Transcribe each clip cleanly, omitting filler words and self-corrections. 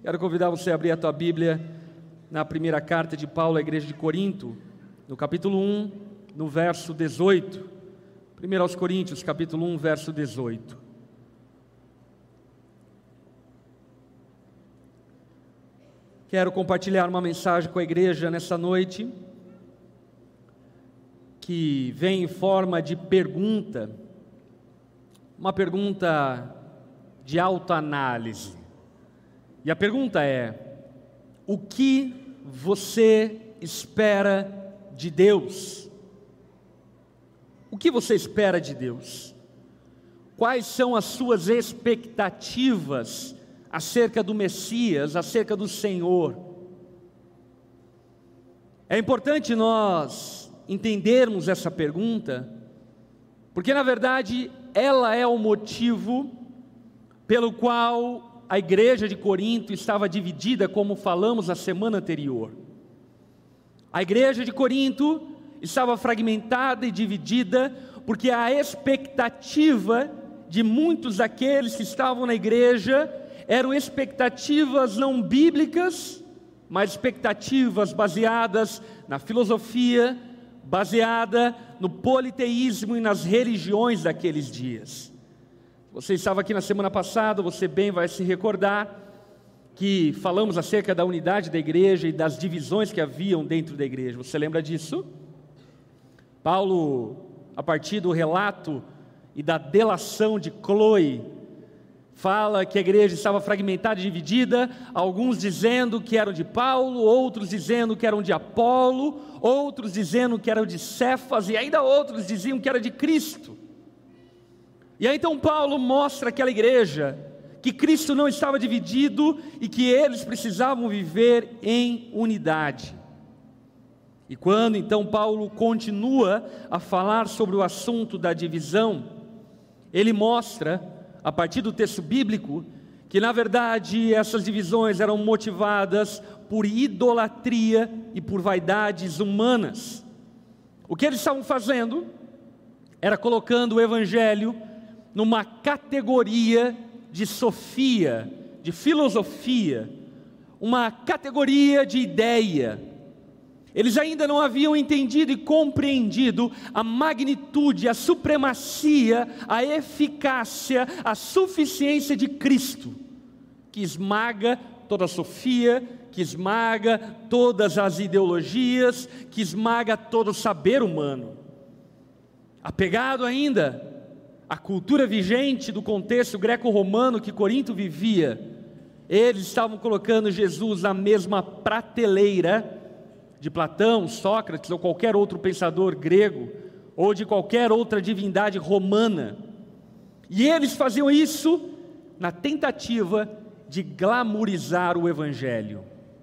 Quero convidar você a abrir a tua Bíblia na primeira carta de Paulo à igreja de Corinto, no capítulo 1, no verso 18. 1 aos Coríntios, capítulo 1, verso 18. Quero compartilhar uma mensagem com a igreja nessa noite, que vem em forma de pergunta, uma pergunta de autoanálise. E a pergunta é: o que você espera de Deus? O que você espera de Deus? Quais são as suas expectativas acerca do Messias, acerca do Senhor? É importante nós entendermos essa pergunta, porque na verdade ela é o motivo pelo qual a igreja de Corinto estava dividida, como falamos na semana anterior. A igreja de Corinto estava fragmentada e dividida, porque a expectativa de muitos daqueles que estavam na igreja eram expectativas não bíblicas, mas expectativas baseadas na filosofia, baseada no politeísmo e nas religiões daqueles dias. Você estava aqui na semana passada, você bem vai se recordar que falamos acerca da unidade da igreja e das divisões que haviam dentro da igreja. Você lembra disso? Paulo, a partir do relato e da delação de Cloe, fala que a igreja estava fragmentada e dividida, alguns dizendo que eram de Paulo, outros dizendo que eram de Apolo, outros dizendo que eram de Cefas, e ainda outros diziam que era de Cristo. E aí então Paulo mostra àquela igreja que Cristo não estava dividido e que eles precisavam viver em unidade. E quando então Paulo continua a falar sobre o assunto da divisão, ele mostra, a partir do texto bíblico, que na verdade essas divisões eram motivadas por idolatria e por vaidades humanas. O que eles estavam fazendo era colocando o evangelho numa categoria de sofia, de filosofia, uma categoria de ideia. Eles ainda não haviam entendido e compreendido a magnitude, a supremacia, a eficácia, a suficiência de Cristo, que esmaga toda a sofia, que esmaga todas as ideologias, que esmaga todo o saber humano. Apegado ainda à cultura vigente do contexto greco-romano que Corinto vivia, eles estavam colocando Jesus na mesma prateleira de Platão, Sócrates ou qualquer outro pensador grego, ou de qualquer outra divindade romana. E eles faziam isso na tentativa de glamourizar o Evangelho.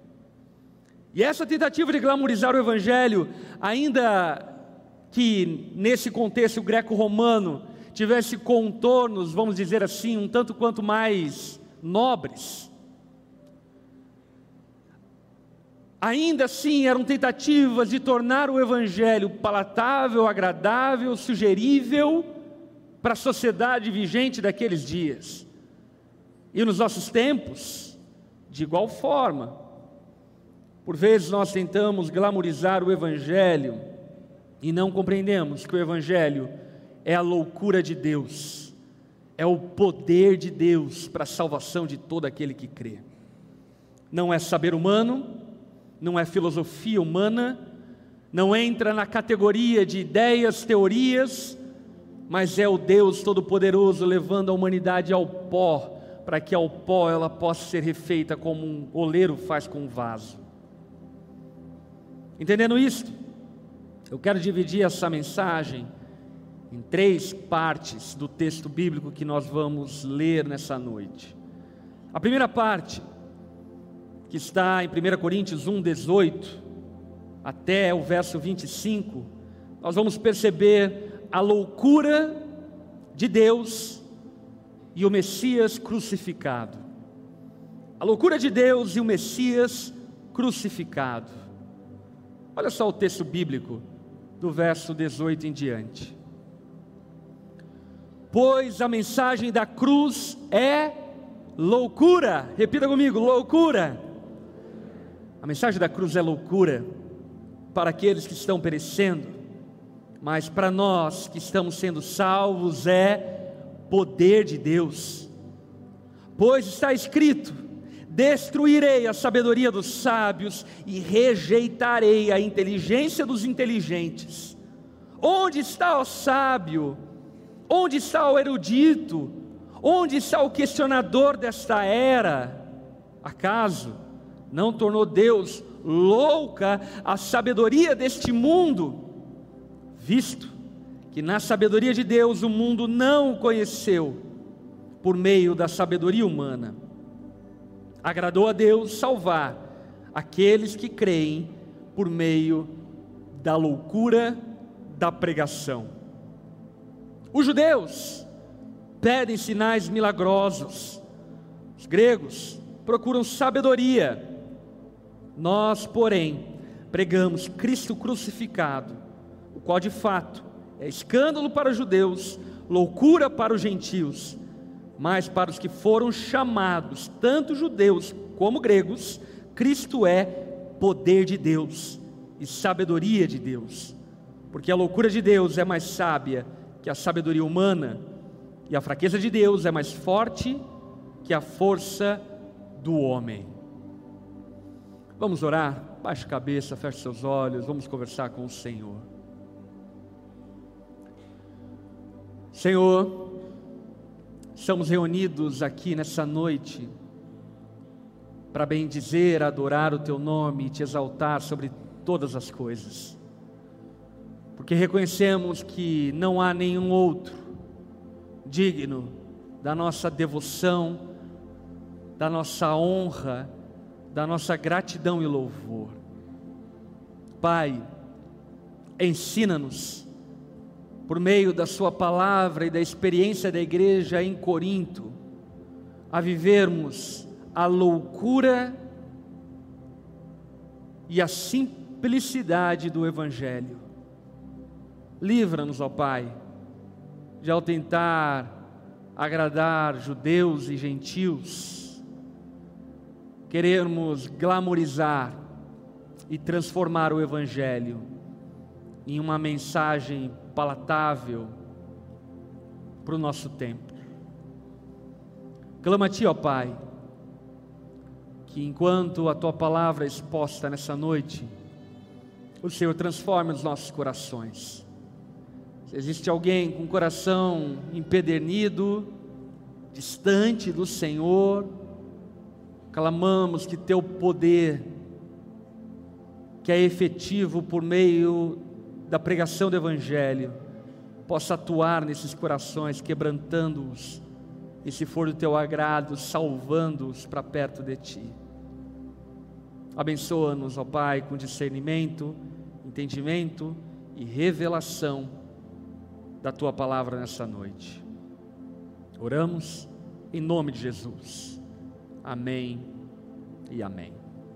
E essa tentativa de glamourizar o Evangelho, ainda que nesse contexto greco-romano tivesse contornos, vamos dizer assim, um tanto quanto mais nobres, ainda assim eram tentativas de tornar o Evangelho palatável, agradável, sugerível para a sociedade vigente daqueles dias. E nos nossos tempos, de igual forma, por vezes nós tentamos glamourizar o Evangelho e não compreendemos que o Evangelho é a loucura de Deus, é o poder de Deus para a salvação de todo aquele que crê. Não é saber humano, não é filosofia humana, não entra na categoria de ideias, teorias, mas é o Deus Todo-Poderoso levando a humanidade ao pó, para que ao pó ela possa ser refeita como um oleiro faz com um vaso. Entendendo isto, eu quero dividir essa mensagem em 3 partes do texto bíblico que nós vamos ler nessa noite. A primeira parte, que está em 1 Coríntios 1, 18, até o verso 25, nós vamos perceber a loucura de Deus e o Messias crucificado. A loucura de Deus e o Messias crucificado. Olha só o texto bíblico, do verso 18 em diante. Pois a mensagem da cruz é loucura. Repita comigo: loucura. A mensagem da cruz é loucura para aqueles que estão perecendo, mas para nós que estamos sendo salvos é poder de Deus. Pois está escrito: destruirei a sabedoria dos sábios e rejeitarei a inteligência dos inteligentes. Onde está o sábio? Onde está o erudito? Onde está o questionador desta era? Acaso não tornou Deus louca a sabedoria deste mundo, visto que na sabedoria de Deus o mundo não o conheceu por meio da sabedoria humana? Agradou a Deus salvar aqueles que creem por meio da loucura da pregação. Os judeus pedem sinais milagrosos, os gregos procuram sabedoria. Nós, porém, pregamos Cristo crucificado, o qual de fato é escândalo para os judeus, loucura para os gentios, mas para os que foram chamados, tanto judeus como gregos, Cristo é poder de Deus e sabedoria de Deus, porque a loucura de Deus é mais sábia que a sabedoria humana, e a fraqueza de Deus é mais forte que a força do homem. Vamos orar? Baixe a cabeça, feche seus olhos, vamos conversar com o Senhor. Senhor, estamos reunidos aqui nessa noite para bendizer, adorar o Teu nome e Te exaltar sobre todas as coisas, porque reconhecemos que não há nenhum outro digno da nossa devoção, da nossa honra, da nossa gratidão e louvor. Pai, ensina-nos, por meio da Sua palavra e da experiência da igreja em Corinto, a vivermos a loucura e a simplicidade do Evangelho. Livra-nos, ó Pai, de ao tentar agradar judeus e gentios, querermos glamorizar e transformar o Evangelho em uma mensagem palatável para o nosso tempo. Clamo a Ti, ó Pai, que enquanto a Tua palavra é exposta nessa noite, o Senhor transforme os nossos corações. Se existe alguém com o coração empedernido, distante do Senhor, clamamos que Teu poder, que é efetivo por meio da pregação do Evangelho, possa atuar nesses corações, quebrantando-os, e se for do Teu agrado, salvando-os para perto de Ti. Abençoa-nos, ó Pai, com discernimento, entendimento e revelação da Tua palavra nessa noite. Oramos em nome de Jesus. Amém e amém.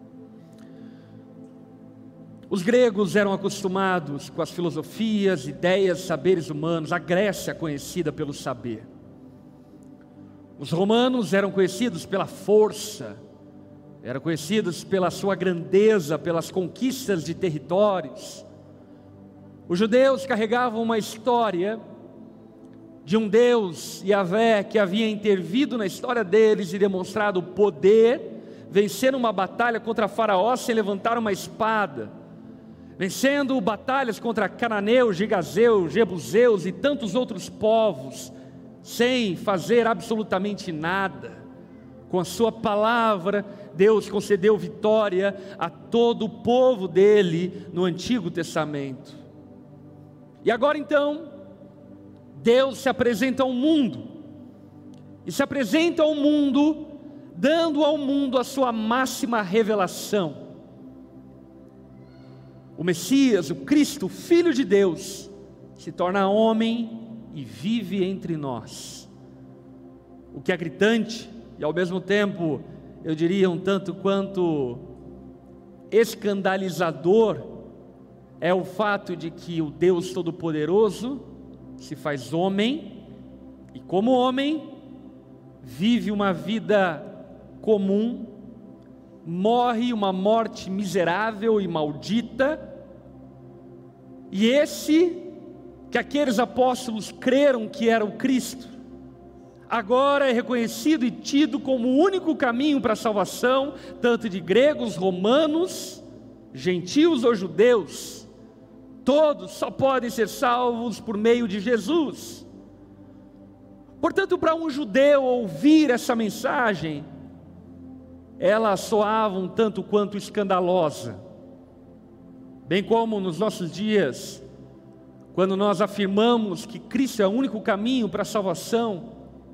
Os gregos eram acostumados com as filosofias, ideias, saberes humanos. A Grécia conhecida pelo saber. Os romanos eram conhecidos pela força, eram conhecidos pela sua grandeza, pelas conquistas de territórios. Os judeus carregavam uma história de um Deus, Yahvé, que havia intervido na história deles e demonstrado poder, vencendo uma batalha contra Faraó sem levantar uma espada, vencendo batalhas contra cananeus, gigazeus, jebuseus e tantos outros povos, sem fazer absolutamente nada. Com a Sua palavra, Deus concedeu vitória a todo o povo dele no Antigo Testamento. E agora então, Deus se apresenta ao mundo, e se apresenta ao mundo, dando ao mundo a sua máxima revelação. O Messias, o Cristo, o Filho de Deus, se torna homem e vive entre nós. O que é gritante, e ao mesmo tempo, eu diria um tanto quanto escandalizador, é o fato de que o Deus Todo-Poderoso se faz homem, e como homem, vive uma vida comum, morre uma morte miserável e maldita, e esse que aqueles apóstolos creram que era o Cristo, agora é reconhecido e tido como o único caminho para a salvação, tanto de gregos, romanos, gentios ou judeus. Todos só podem ser salvos por meio de Jesus. Portanto, para um judeu ouvir essa mensagem, ela soava um tanto quanto escandalosa. Bem como nos nossos dias, quando nós afirmamos que Cristo é o único caminho para a salvação,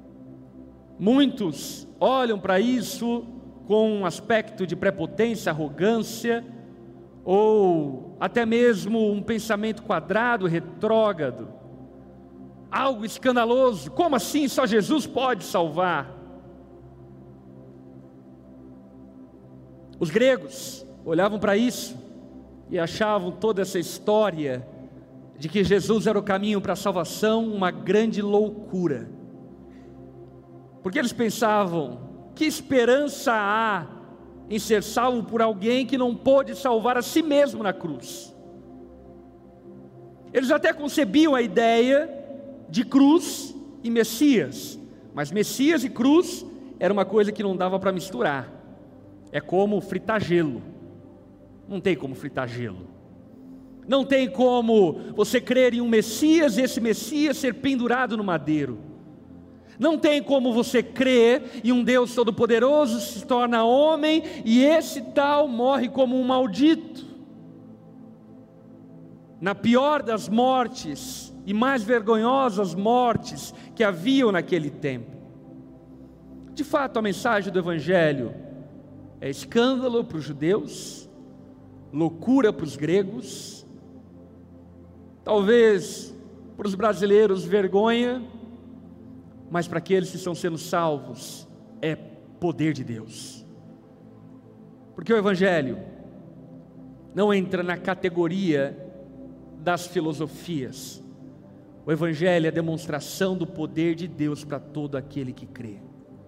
muitos olham para isso com um aspecto de prepotência, arrogância, ou até mesmo um pensamento quadrado, retrógrado, algo escandaloso. Como assim só Jesus pode salvar? Os gregos olhavam para isso e achavam toda essa história de que Jesus era o caminho para a salvação uma grande loucura, porque eles pensavam: que esperança há em ser salvo por alguém que não pôde salvar a si mesmo na cruz? Eles até concebiam a ideia de cruz e Messias, mas Messias e cruz era uma coisa que não dava para misturar. É como fritar gelo. Não tem como fritar gelo. Não tem como você crer em um Messias e esse Messias ser pendurado no madeiro. Não tem como você crer em um Deus Todo-Poderoso, se torna homem e esse tal morre como um maldito. Na pior das mortes e mais vergonhosas mortes que haviam naquele tempo. De fato, a mensagem do Evangelho é escândalo para os judeus, loucura para os gregos, talvez para os brasileiros vergonha, mas para aqueles que estão sendo salvos é poder de Deus. Porque o Evangelho não entra na categoria das filosofias. O Evangelho é a demonstração do poder de Deus para todo aquele que crê.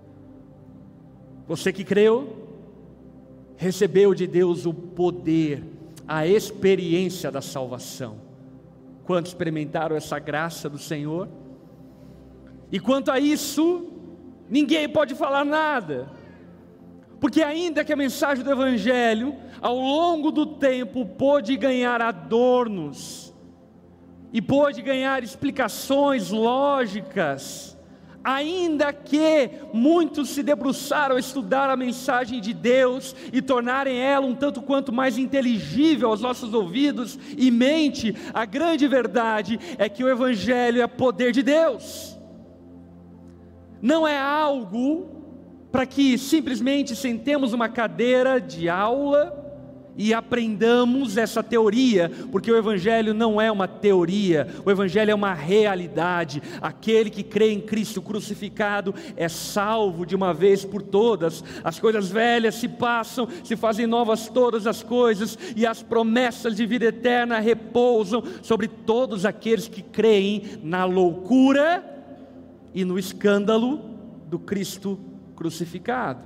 Você que creu, recebeu de Deus o poder, a experiência da salvação. Quantos experimentaram essa graça do Senhor? E quanto a isso, ninguém pode falar nada, porque ainda que a mensagem do Evangelho, ao longo do tempo, pôde ganhar adornos, e pôde ganhar explicações lógicas, ainda que muitos se debruçaram a estudar a mensagem de Deus, e tornarem ela um tanto quanto mais inteligível aos nossos ouvidos e mente, a grande verdade é que o Evangelho é poder de Deus. Não é algo para que simplesmente sentemos uma cadeira de aula e aprendamos essa teoria, porque o Evangelho não é uma teoria, o Evangelho é uma realidade. Aquele que crê em Cristo crucificado é salvo de uma vez por todas. As coisas velhas se passam, se fazem novas todas as coisas, e as promessas de vida eterna repousam sobre todos aqueles que creem na loucura e no escândalo do Cristo crucificado.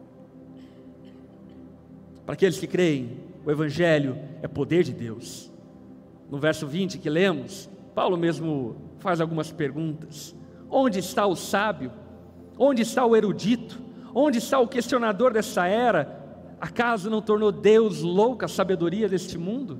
Para aqueles que creem, o Evangelho é poder de Deus. No verso 20 que lemos, Paulo mesmo faz algumas perguntas. Onde está o sábio? Onde está o erudito? Onde está o questionador dessa era? Acaso não tornou Deus louca a sabedoria deste mundo?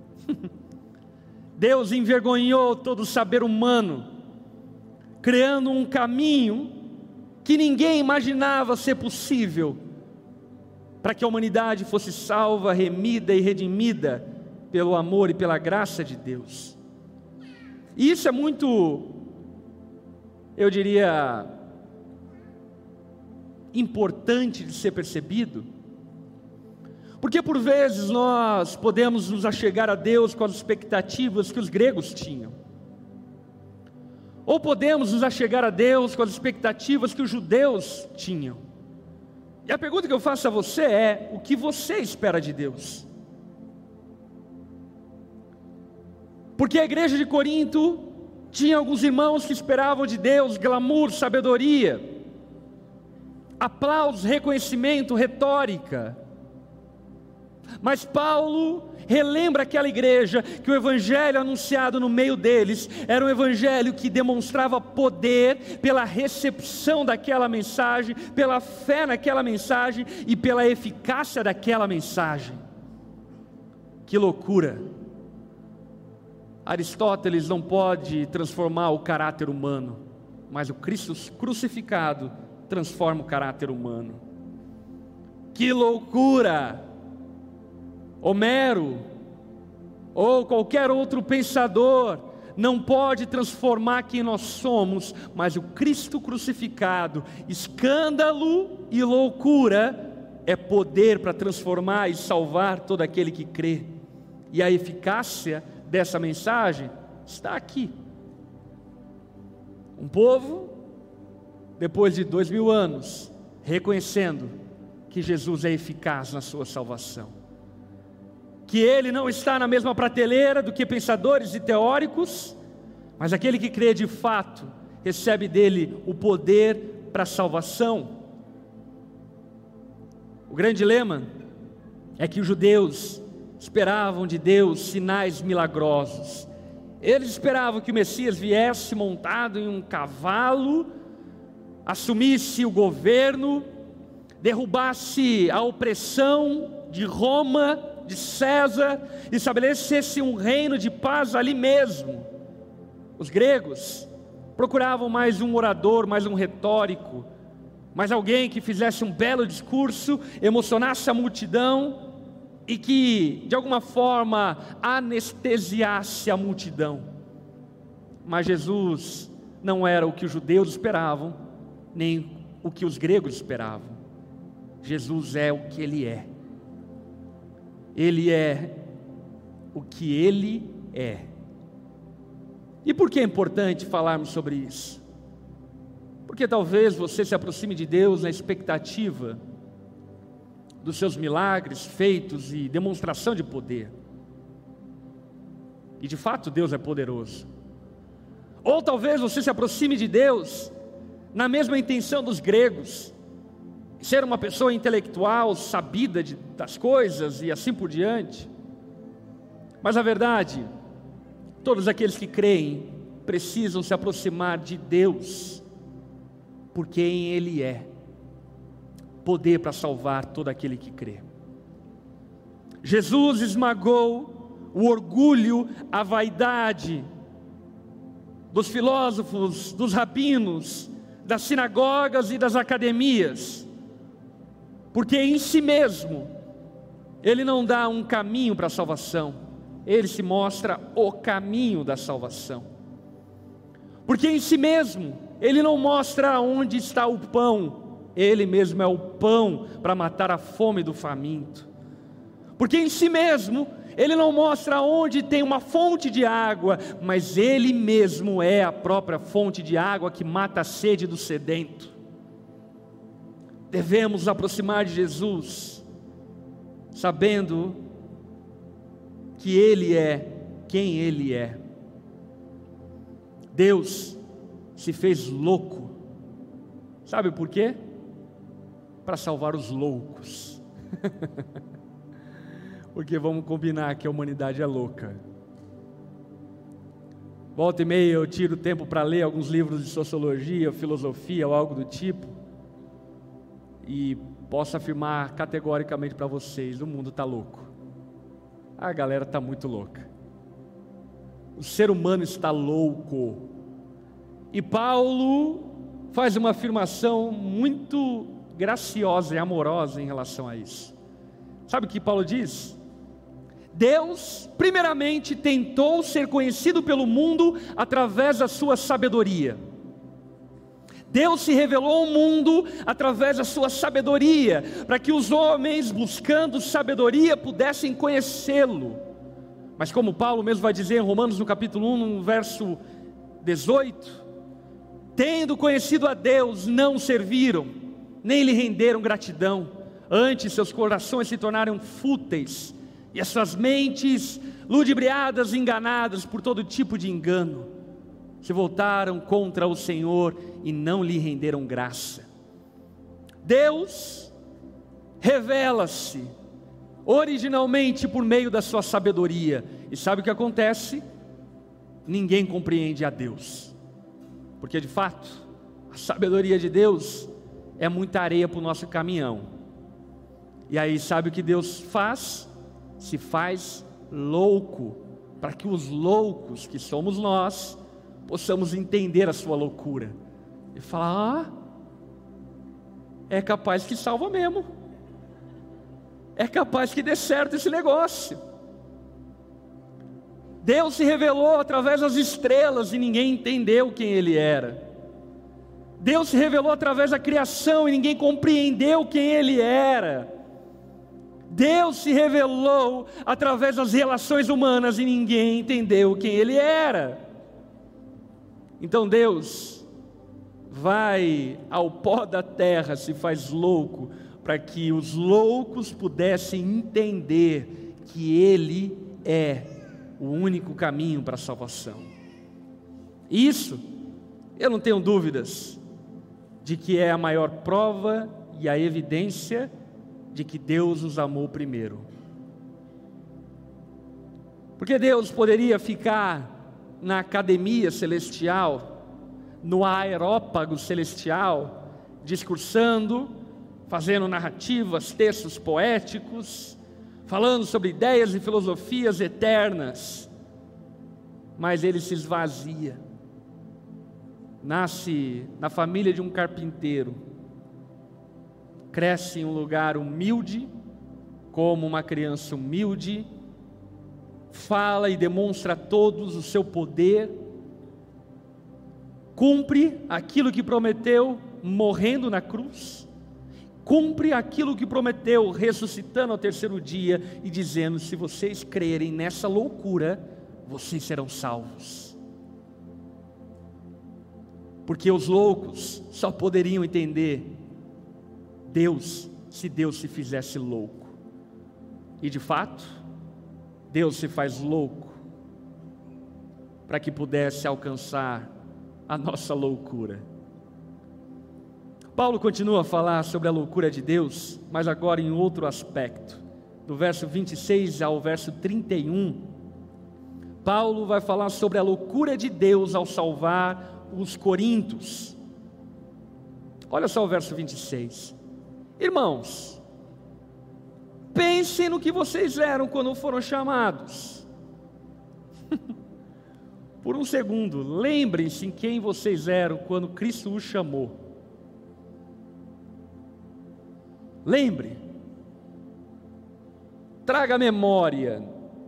Deus envergonhou todo o saber humano, criando um caminho que ninguém imaginava ser possível, para que a humanidade fosse salva, remida e redimida pelo amor e pela graça de Deus. E isso é muito, eu diria, importante de ser percebido, porque por vezes nós podemos nos achegar a Deus com as expectativas que os gregos tinham, ou podemos nos achegar a Deus com as expectativas que os judeus tinham. E a pergunta que eu faço a você é: o que você espera de Deus? Porque a igreja de Corinto tinha alguns irmãos que esperavam de Deus glamour, sabedoria, aplausos, reconhecimento, retórica. Mas Paulo relembra aquela igreja que o evangelho anunciado no meio deles era um evangelho que demonstrava poder pela recepção daquela mensagem, pela fé naquela mensagem e pela eficácia daquela mensagem. Que loucura! Aristóteles não pode transformar o caráter humano, mas o Cristo crucificado transforma o caráter humano. Que loucura! Homero ou qualquer outro pensador não pode transformar quem nós somos, mas o Cristo crucificado, escândalo e loucura, é poder para transformar e salvar todo aquele que crê. E a eficácia dessa mensagem está aqui. Um povo, depois de 2000 anos, reconhecendo que Jesus é eficaz na sua salvação, que Ele não está na mesma prateleira do que pensadores e teóricos, mas aquele que crê de fato, recebe dele o poder para a salvação. O grande dilema é que os judeus esperavam de Deus sinais milagrosos. Eles esperavam que o Messias viesse montado em um cavalo, assumisse o governo, derrubasse a opressão de Roma, de César, e estabelecesse um reino de paz ali mesmo. Os gregos procuravam mais um orador, mais um retórico, mais alguém que fizesse um belo discurso, emocionasse a multidão e que de alguma forma anestesiasse a multidão. Mas Jesus não era o que os judeus esperavam, nem o que os gregos esperavam. Jesus é o que Ele é. Ele é o que Ele é. E por que é importante falarmos sobre isso? Porque talvez você se aproxime de Deus na expectativa dos seus milagres, feitos e demonstração de poder. E de fato Deus é poderoso. Ou talvez você se aproxime de Deus na mesma intenção dos gregos, ser uma pessoa intelectual, sabida das coisas e assim por diante. Mas a verdade, todos aqueles que creem precisam se aproximar de Deus, por quem Ele é, poder para salvar todo aquele que crê. Jesus esmagou o orgulho, a vaidade dos filósofos, dos rabinos, das sinagogas e das academias, porque em si mesmo Ele não dá um caminho para a salvação, Ele se mostra o caminho da salvação. Porque em si mesmo Ele não mostra onde está o pão, Ele mesmo é o pão para matar a fome do faminto. Porque em si mesmo Ele não mostra onde tem uma fonte de água, mas Ele mesmo é a própria fonte de água que mata a sede do sedento. Devemos nos aproximar de Jesus, sabendo que Ele é quem Ele é. Deus se fez louco, sabe por quê? Para salvar os loucos. Porque vamos combinar que a humanidade é louca. Volta e meia eu tiro tempo para ler alguns livros de sociologia, filosofia ou algo do tipo, e posso afirmar categoricamente para vocês: o mundo está louco. A galera está muito louca. O ser humano está louco. E Paulo faz uma afirmação muito graciosa e amorosa em relação a isso. Sabe o que Paulo diz? Deus, primeiramente, tentou ser conhecido pelo mundo através da sua sabedoria. Deus se revelou ao mundo através da sua sabedoria, para que os homens, buscando sabedoria, pudessem conhecê-lo. Mas como Paulo mesmo vai dizer em Romanos no capítulo 1, no verso 18, tendo conhecido a Deus, não o serviram, nem lhe renderam gratidão, antes seus corações se tornaram fúteis, e as suas mentes, ludibriadas e enganadas por todo tipo de engano, se voltaram contra o Senhor e não lhe renderam graça. Deus revela-se originalmente por meio da sua sabedoria. E sabe o que acontece? Ninguém compreende a Deus, porque de fato a sabedoria de Deus é muita areia para o nosso caminhão. E aí sabe o que Deus faz? Se faz louco, para que os loucos, que somos nós, possamos entender a sua loucura e falar: é capaz que salva mesmo, é capaz que dê certo esse negócio. Deus se revelou através das estrelas e ninguém entendeu quem Ele era. Deus se revelou através da criação e ninguém compreendeu quem Ele era. Deus se revelou através das relações humanas e ninguém entendeu quem Ele era. Então Deus vai ao pó da terra, se faz louco, para que os loucos pudessem entender que Ele é o único caminho para a salvação. Isso, eu não tenho dúvidas de que é a maior prova e a evidência de que Deus os amou primeiro. Porque Deus poderia ficar na academia celestial, no aerópago celestial, discursando, fazendo narrativas, textos poéticos, falando sobre ideias e filosofias eternas, mas Ele se esvazia, nasce na família de um carpinteiro, cresce em um lugar humilde, como uma criança humilde, fala e demonstra a todos o seu poder, cumpre aquilo que prometeu morrendo na cruz, cumpre aquilo que prometeu ressuscitando ao terceiro dia e dizendo: se vocês crerem nessa loucura, vocês serão salvos. Porque os loucos só poderiam entender Deus se Deus se fizesse louco. E de fato, Deus se faz louco para que pudesse alcançar a nossa loucura. Paulo continua a falar sobre a loucura de Deus, mas agora em outro aspecto. Do verso 26 ao verso 31, Paulo vai falar sobre a loucura de Deus ao salvar os coríntios. Olha só o verso 26. Irmãos, pensem no que vocês eram quando foram chamados. Por um segundo, lembrem-se em quem vocês eram quando Cristo os chamou. Lembre, traga a memória,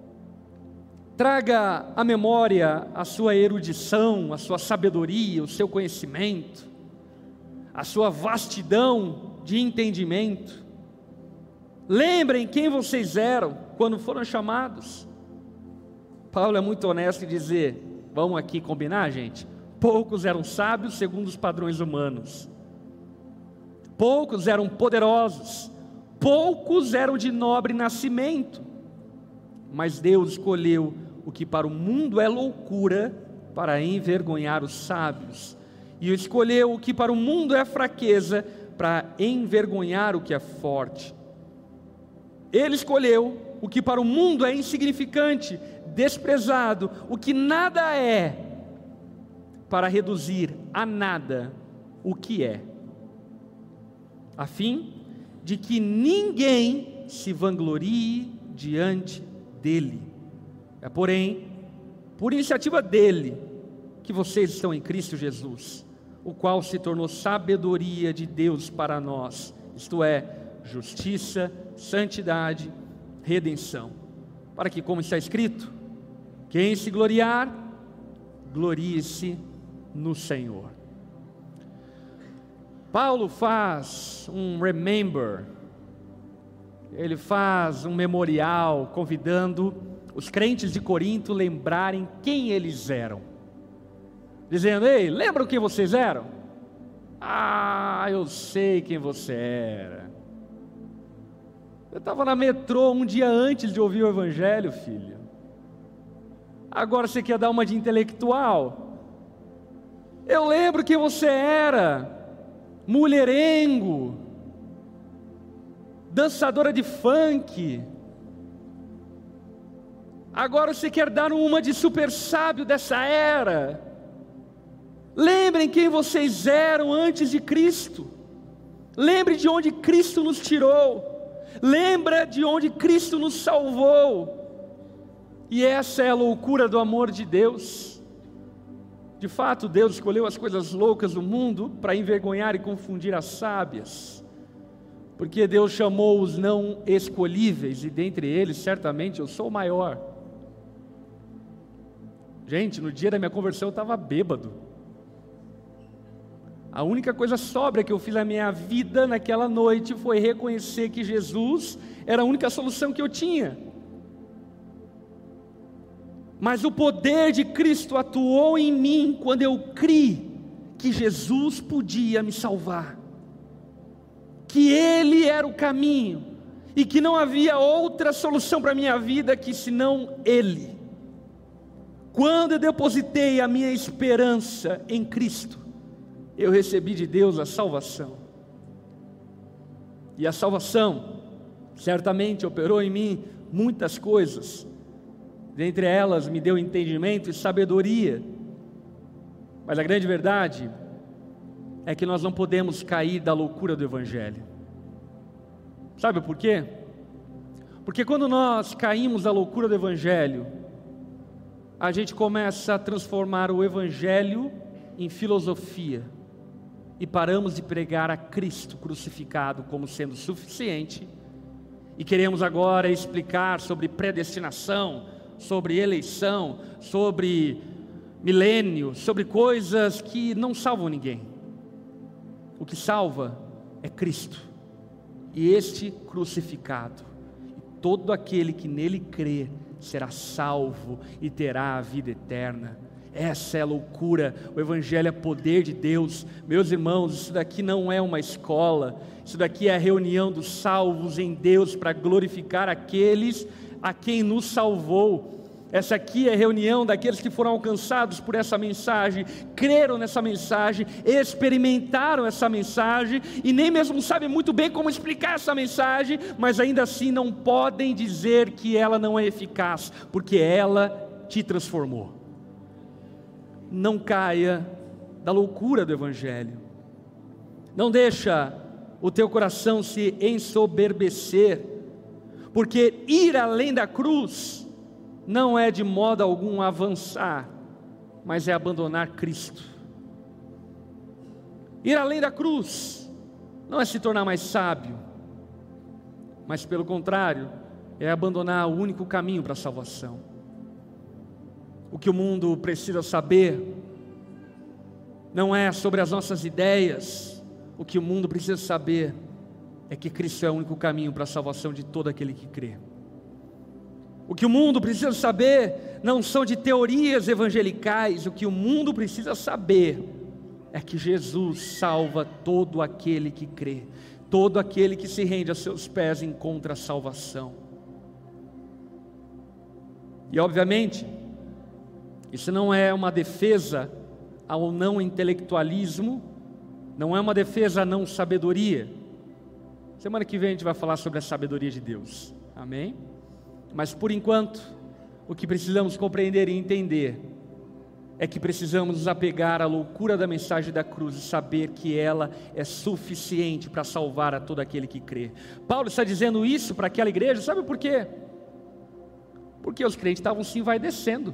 traga à memória a sua erudição, a sua sabedoria, o seu conhecimento, a sua vastidão de entendimento. Lembrem quem vocês eram quando foram chamados. Paulo é muito honesto em dizer, vamos aqui combinar, gente? Poucos eram sábios segundo os padrões humanos. Poucos eram poderosos, poucos eram de nobre nascimento, mas Deus escolheu o que para o mundo é loucura, para envergonhar os sábios, e escolheu o que para o mundo é fraqueza, para envergonhar o que é forte. Ele escolheu o que para o mundo é insignificante, desprezado, o que nada é, para reduzir a nada o que é, a fim de que ninguém se vanglorie diante dele. É, porém, por iniciativa dele, que vocês estão em Cristo Jesus, o qual se tornou sabedoria de Deus para nós, isto é, justiça, santidade, redenção, para que, como está escrito, quem se gloriar, glorie-se no Senhor. Paulo faz um remember, ele faz um memorial, convidando os crentes de Corinto a lembrarem quem eles eram, dizendo: ei, lembram quem vocês eram? Ah, eu sei quem você era. Eu estava na metrô um dia antes de ouvir o Evangelho, filho. Agora você quer dar uma de intelectual? Eu lembro quem você era, mulherengo, dançadora de funk. Agora você quer dar uma de super sábio dessa era. Lembrem quem vocês eram antes de Cristo. Lembre de onde Cristo nos tirou. Lembra de onde Cristo nos salvou. E essa é a loucura do amor de Deus. De fato, Deus escolheu as coisas loucas do mundo para envergonhar e confundir as sábias. Porque Deus chamou os não escolhíveis, e dentre eles, certamente, eu sou o maior. Gente, no dia da minha conversão eu estava bêbado. A única coisa sóbria que eu fiz na minha vida naquela noite foi reconhecer que Jesus era a única solução que eu tinha. Mas o poder de Cristo atuou em mim quando eu criei que Jesus podia me salvar, que Ele era o caminho, e que não havia outra solução para a minha vida que senão Ele. Quando eu depositei a minha esperança em Cristo, eu recebi de Deus a salvação. E a salvação certamente operou em mim muitas coisas. Dentre elas me deu entendimento e sabedoria. Mas a grande verdade é que nós não podemos cair da loucura do Evangelho. Sabe por quê? Porque quando nós caímos da loucura do Evangelho, a gente começa a transformar o Evangelho em filosofia. E paramos de pregar a Cristo crucificado como sendo suficiente. E queremos agora explicar sobre predestinação, sobre eleição, sobre milênio, sobre coisas que não salvam ninguém. O que salva é Cristo, e este crucificado. E todo aquele que nele crê será salvo e terá a vida eterna. Essa é a loucura. O Evangelho é poder de Deus. Meus irmãos, isso daqui não é uma escola, isso daqui é a reunião dos salvos em Deus para glorificar aqueles a quem nos salvou. Essa aqui é a reunião daqueles que foram alcançados por essa mensagem, creram nessa mensagem, experimentaram essa mensagem e nem mesmo sabem muito bem como explicar essa mensagem, mas ainda assim não podem dizer que ela não é eficaz, porque ela te transformou. Não caia da loucura do Evangelho. Não deixa o teu coração se ensoberbecer, porque ir além da cruz não é de modo algum avançar, mas é abandonar Cristo. Ir além da cruz não é se tornar mais sábio, mas pelo contrário, é abandonar o único caminho para a salvação. O que o mundo precisa saber não é sobre as nossas ideias. O que o mundo precisa saber é que Cristo é o único caminho para a salvação de todo aquele que crê. O que o mundo precisa saber não são de teorias evangelicais. O que o mundo precisa saber é que Jesus salva todo aquele que crê. Todo aquele que se rende a seus pés encontra a salvação. E obviamente, isso não é uma defesa ao não intelectualismo, não é uma defesa à não sabedoria. Semana que vem a gente vai falar sobre a sabedoria de Deus, amém? Mas por enquanto, o que precisamos compreender e entender é que precisamos nos apegar à loucura da mensagem da cruz e saber que ela é suficiente para salvar a todo aquele que crê. Paulo está dizendo isso para aquela igreja, sabe por quê? Porque os crentes estavam se envaidecendo,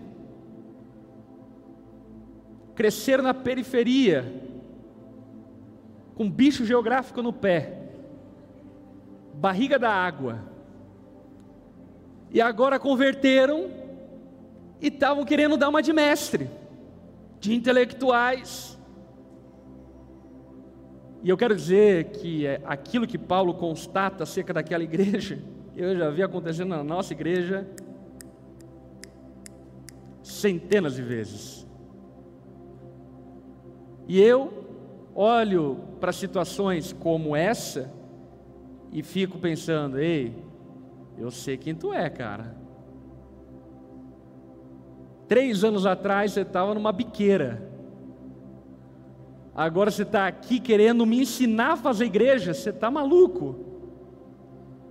cresceram na periferia, com bicho geográfico no pé, barriga da água, e agora converteram e estavam querendo dar uma de mestre, de intelectuais. E eu quero dizer que aquilo que Paulo constata acerca daquela igreja, eu já vi acontecendo na nossa igreja centenas de vezes. E eu olho para situações como essa e fico pensando: ei, eu sei quem tu é, cara. 3 anos atrás você estava numa biqueira, agora você está aqui querendo me ensinar a fazer igreja. Você está maluco?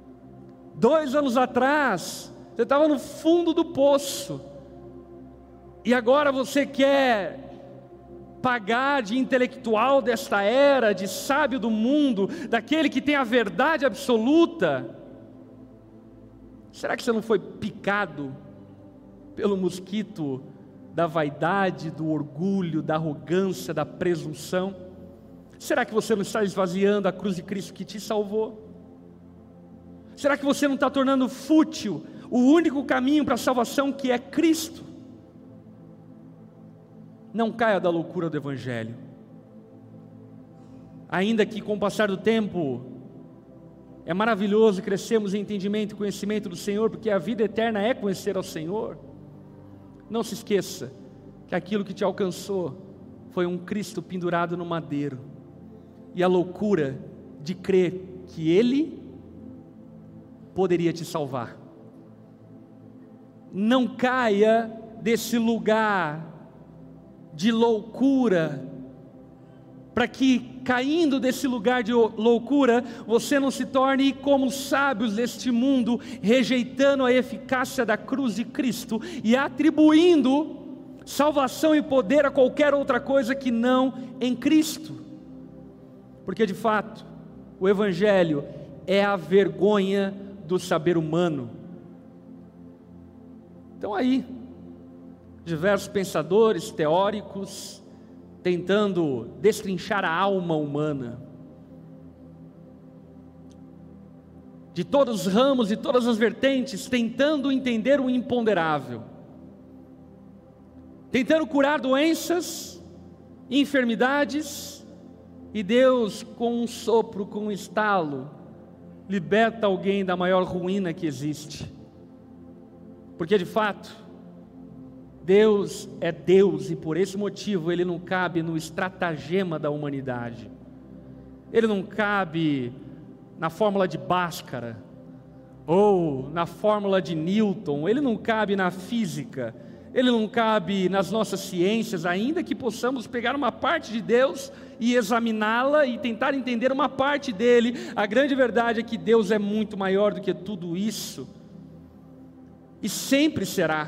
2 anos atrás, você estava no fundo do poço, e agora você quer pagar de intelectual desta era, de sábio do mundo, daquele que tem a verdade absoluta. Será que você não foi picado pelo mosquito da vaidade, do orgulho, da arrogância, da presunção? Será que você não está esvaziando a cruz de Cristo que te salvou? Será que você não está tornando fútil o único caminho para a salvação, que é Cristo? Não caia da loucura do Evangelho. Ainda que com o passar do tempo, é maravilhoso crescermos em entendimento e conhecimento do Senhor, porque a vida eterna é conhecer ao Senhor. Não se esqueça que aquilo que te alcançou foi um Cristo pendurado no madeiro, e a loucura de crer que Ele poderia te salvar. Não caia desse lugar de loucura, para que, caindo desse lugar de loucura, você não se torne como os sábios deste mundo, rejeitando a eficácia da cruz de Cristo e atribuindo salvação e poder a qualquer outra coisa que não em Cristo. Porque de fato, o Evangelho é a vergonha do saber humano. Então aí, diversos pensadores, teóricos, tentando destrinchar a alma humana, de todos os ramos e todas as vertentes, tentando entender o imponderável, tentando curar doenças, enfermidades, e Deus, com um sopro, com um estalo, liberta alguém da maior ruína que existe. Porque de fato, Deus é Deus, e por esse motivo Ele não cabe no estratagema da humanidade. Ele não cabe na fórmula de Bhaskara, ou na fórmula de Newton. Ele não cabe na física. Ele não cabe nas nossas ciências, ainda que possamos pegar uma parte de Deus e examiná-la e tentar entender uma parte dele. A grande verdade é que Deus é muito maior do que tudo isso, e sempre será.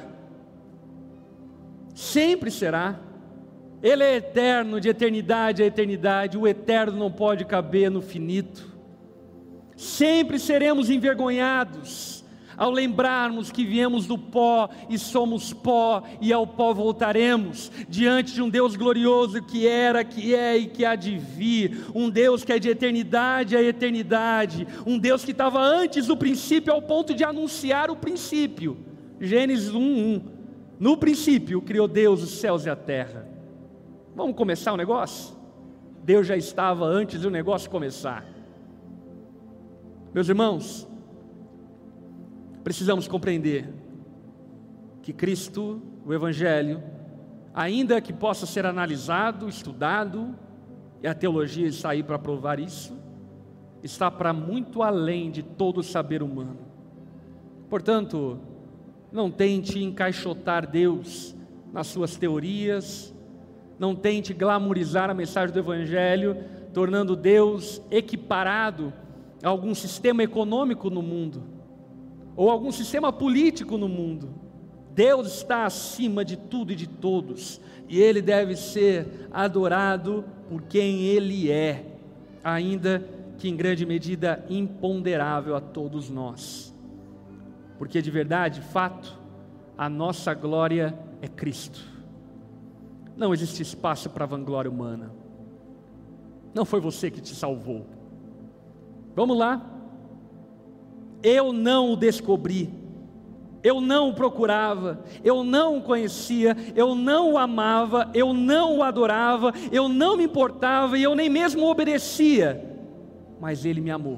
Sempre será. Ele é eterno, de eternidade a eternidade. O eterno não pode caber no finito. Sempre seremos envergonhados ao lembrarmos que viemos do pó e somos pó, e ao pó voltaremos, diante de um Deus glorioso que era, que é e que há de vir, um Deus que é de eternidade a eternidade, um Deus que estava antes do princípio, ao ponto de anunciar o princípio. Gênesis 1:1. No princípio criou Deus os céus e a terra. Vamos começar o negócio? Deus já estava antes do negócio começar. Meus irmãos, precisamos compreender que Cristo, o Evangelho, ainda que possa ser analisado, estudado, e a teologia está aí para provar isso, está para muito além de todo o saber humano. Portanto, não tente encaixotar Deus nas suas teorias, não tente glamourizar a mensagem do Evangelho, tornando Deus equiparado a algum sistema econômico no mundo, ou algum sistema político no mundo. Deus está acima de tudo e de todos, e Ele deve ser adorado por quem Ele é, ainda que em grande medida imponderável a todos nós. Porque de verdade, fato, a nossa glória é Cristo. Não existe espaço para vanglória humana. Não foi você que te salvou. Vamos lá. Eu não o descobri, eu não o procurava, eu não o conhecia, eu não o amava, eu não o adorava, eu não me importava e eu nem mesmo obedecia, mas Ele me amou.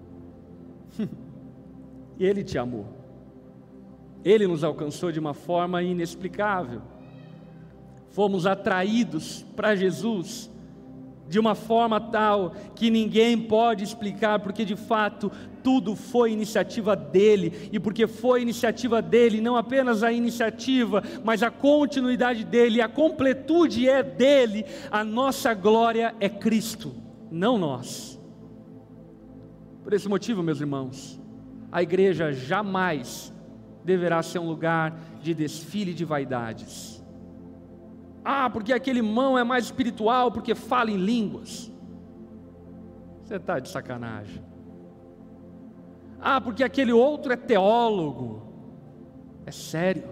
Ele te amou. Ele nos alcançou de uma forma inexplicável. Fomos atraídos para Jesus de uma forma tal que ninguém pode explicar, porque de fato tudo foi iniciativa dele, e porque foi iniciativa dele, não apenas a iniciativa, mas a continuidade dele, a completude é dele. A nossa glória é Cristo, não nós. Por esse motivo, meus irmãos, a igreja jamais deverá ser um lugar de desfile de vaidades. Porque aquele irmão é mais espiritual, porque fala em línguas. Você está de sacanagem. Porque aquele outro é teólogo. É sério.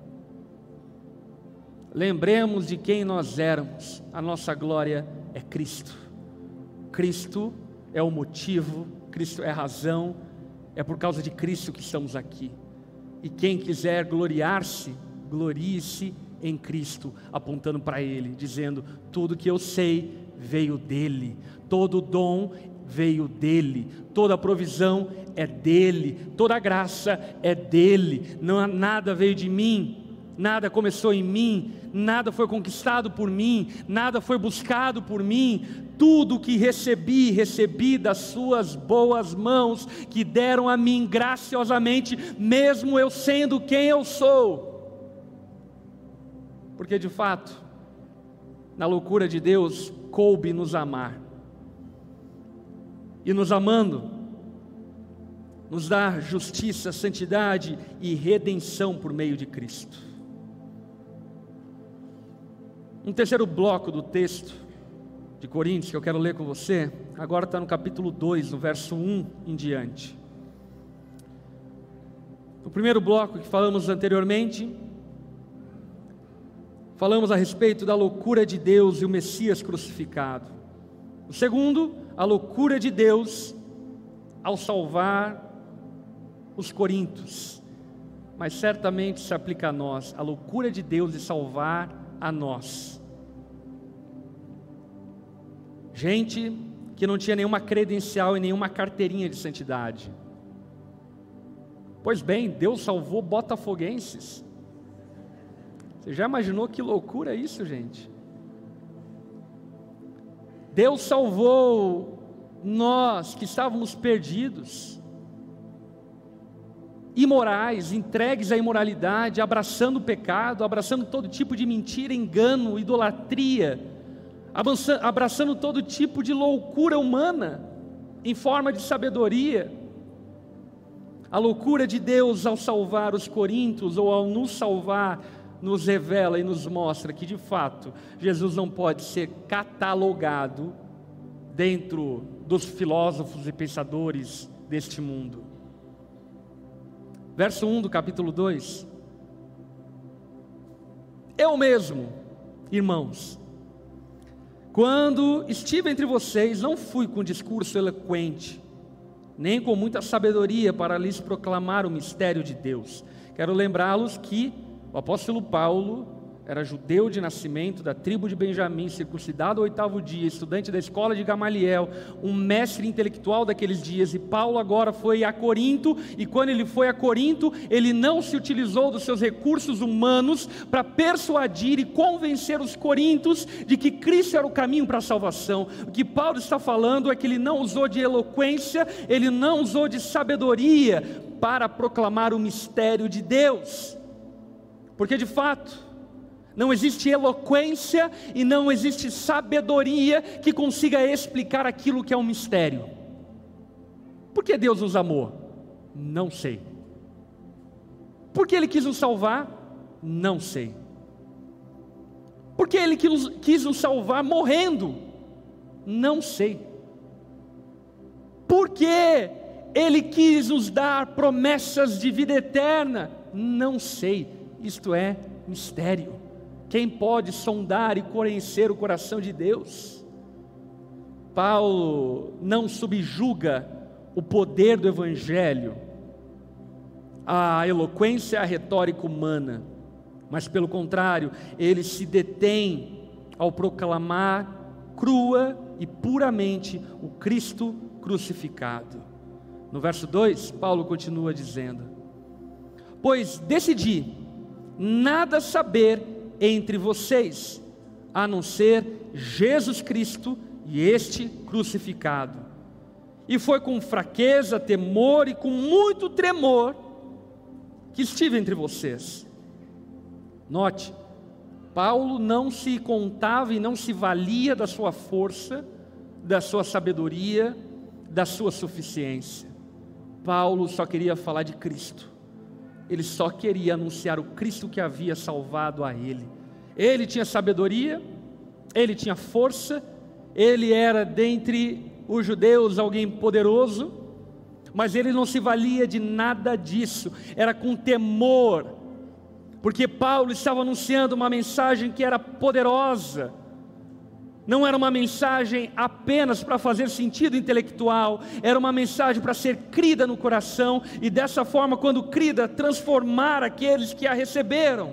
Lembremos de quem nós éramos. A nossa glória é Cristo. Cristo é o motivo, Cristo é a razão, é por causa de Cristo que estamos aqui. E quem quiser gloriar-se, glorie-se em Cristo, apontando para Ele, dizendo: tudo que eu sei veio dEle, todo dom veio dEle, toda provisão é dEle, toda graça é dEle, nada veio de mim, nada começou em mim, nada foi conquistado por mim, nada foi buscado por mim. Tudo que recebi das suas boas mãos, que deram a mim graciosamente, mesmo eu sendo quem eu sou. Porque de fato, na loucura de Deus, coube nos amar, e nos amando, nos dar justiça, santidade e redenção por meio de Cristo. Um terceiro bloco do texto de Coríntios que eu quero ler com você, agora está no capítulo 2, no verso 1 em diante. O primeiro bloco que falamos anteriormente, falamos a respeito da loucura de Deus e o Messias crucificado. O segundo, a loucura de Deus ao salvar os coríntios, mas certamente se aplica a nós, a loucura de Deus de salvar a nós. Gente que não tinha nenhuma credencial e nenhuma carteirinha de santidade. Pois bem, Deus salvou botafoguenses. Você já imaginou que loucura é isso, gente? Deus salvou nós que estávamos perdidos, imorais, entregues à imoralidade, abraçando o pecado, abraçando todo tipo de mentira, engano, idolatria, abraçando todo tipo de loucura humana, em forma de sabedoria. A loucura de Deus ao salvar os coríntios, ou ao nos salvar, nos revela e nos mostra que de fato, Jesus não pode ser catalogado dentro dos filósofos e pensadores deste mundo. Verso 1 do capítulo 2. Eu mesmo, irmãos, quando estive entre vocês, não fui com discurso eloquente, nem com muita sabedoria para lhes proclamar o mistério de Deus. Quero lembrá-los que o apóstolo Paulo era judeu de nascimento, da tribo de Benjamim, circuncidado ao 8º dia, estudante da escola de Gamaliel, um mestre intelectual daqueles dias. E Paulo agora foi a Corinto, e quando ele foi a Corinto, ele não se utilizou dos seus recursos humanos para persuadir e convencer os coríntios de que Cristo era o caminho para a salvação. O que Paulo está falando é que ele não usou de eloquência, ele não usou de sabedoria para proclamar o mistério de Deus, porque de fato não existe eloquência e não existe sabedoria que consiga explicar aquilo que é um mistério. Por que Deus nos amou? Não sei. Por que Ele quis nos salvar? Não sei. Por que Ele quis nos salvar morrendo? Não sei. Por que Ele quis nos dar promessas de vida eterna? Não sei. Isto é mistério. Quem pode sondar e conhecer o coração de Deus? Paulo não subjuga o poder do Evangelho, a eloquência, a retórica humana, mas pelo contrário, ele se detém ao proclamar crua e puramente o Cristo crucificado. No verso 2, Paulo continua dizendo: pois decidi nada saber entre vocês, a não ser Jesus Cristo e este crucificado. E foi com fraqueza, temor e com muito tremor que estive entre vocês. Note, Paulo não se contava e não se valia da sua força, da sua sabedoria, da sua suficiência. Paulo só queria falar de Cristo. Ele só queria anunciar o Cristo que havia salvado a ele. Ele tinha sabedoria, ele tinha força, ele era dentre os judeus alguém poderoso, mas ele não se valia de nada disso. Era com temor, porque Paulo estava anunciando uma mensagem que era poderosa. Não era uma mensagem apenas para fazer sentido intelectual, era uma mensagem para ser crida no coração, e dessa forma, quando crida, transformar aqueles que a receberam.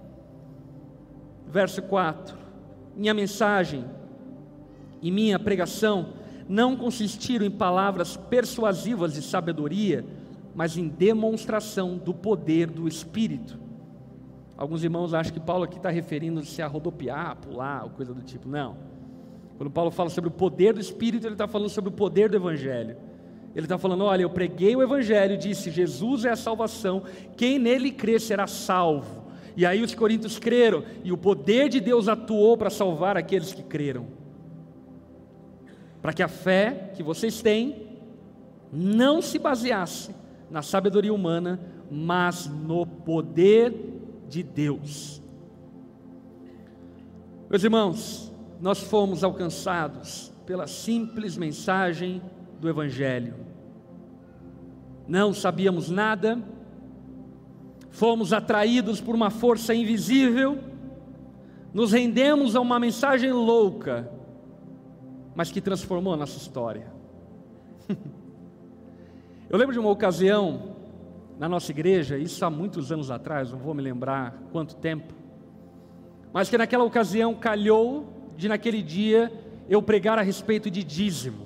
Verso 4: minha mensagem e minha pregação não consistiram em palavras persuasivas de sabedoria, mas em demonstração do poder do Espírito. Alguns irmãos acham que Paulo aqui está referindo-se a rodopiar, pular, ou coisa do tipo. Não. Quando Paulo fala sobre o poder do Espírito, ele está falando sobre o poder do Evangelho. Ele está falando: olha, eu preguei o Evangelho, disse, Jesus é a salvação, quem nele crê será salvo. E aí os coríntios creram, e o poder de Deus atuou para salvar aqueles que creram. Para que a fé que vocês têm não se baseasse na sabedoria humana, mas no poder de Deus. Meus irmãos, nós fomos alcançados pela simples mensagem do Evangelho. Não sabíamos nada, fomos atraídos por uma força invisível, nos rendemos a uma mensagem louca, mas que transformou a nossa história. Eu lembro de uma ocasião na nossa igreja, isso há muitos anos atrás, não vou me lembrar quanto tempo, mas que naquela ocasião calhou de naquele dia eu pregar a respeito de dízimo.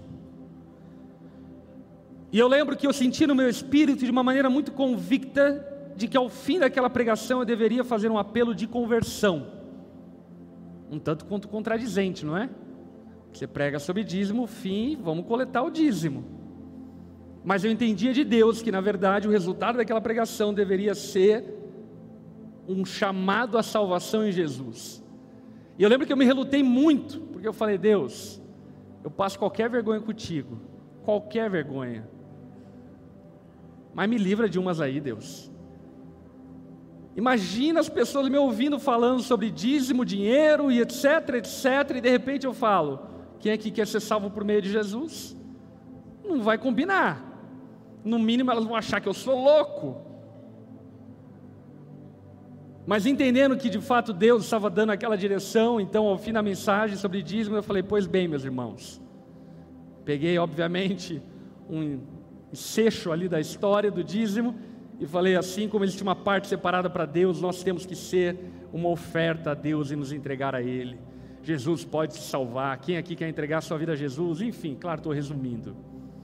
E eu lembro que eu senti no meu espírito de uma maneira muito convicta de que ao fim daquela pregação eu deveria fazer um apelo de conversão. Um tanto quanto contradizente, não é? Você prega sobre dízimo, fim, vamos coletar o dízimo. Mas eu entendia de Deus que na verdade o resultado daquela pregação deveria ser um chamado à salvação em Jesus. E eu lembro que eu me relutei muito, porque eu falei: Deus, eu passo qualquer vergonha contigo, qualquer vergonha, mas me livra de umas aí, Deus. Imagina as pessoas me ouvindo falando sobre dízimo, dinheiro e etc, etc, e de repente eu falo: quem aqui quer ser salvo por meio de Jesus? Não vai combinar. No mínimo elas vão achar que eu sou louco. Mas entendendo que de fato Deus estava dando aquela direção, então ao fim da mensagem sobre dízimo eu falei: pois bem, meus irmãos, peguei obviamente um ensejo ali da história do dízimo e falei: assim como existe uma parte separada para Deus, nós temos que ser uma oferta a Deus e nos entregar a Ele. Jesus pode se salvar, quem aqui quer entregar sua vida a Jesus? Enfim, claro, estou resumindo.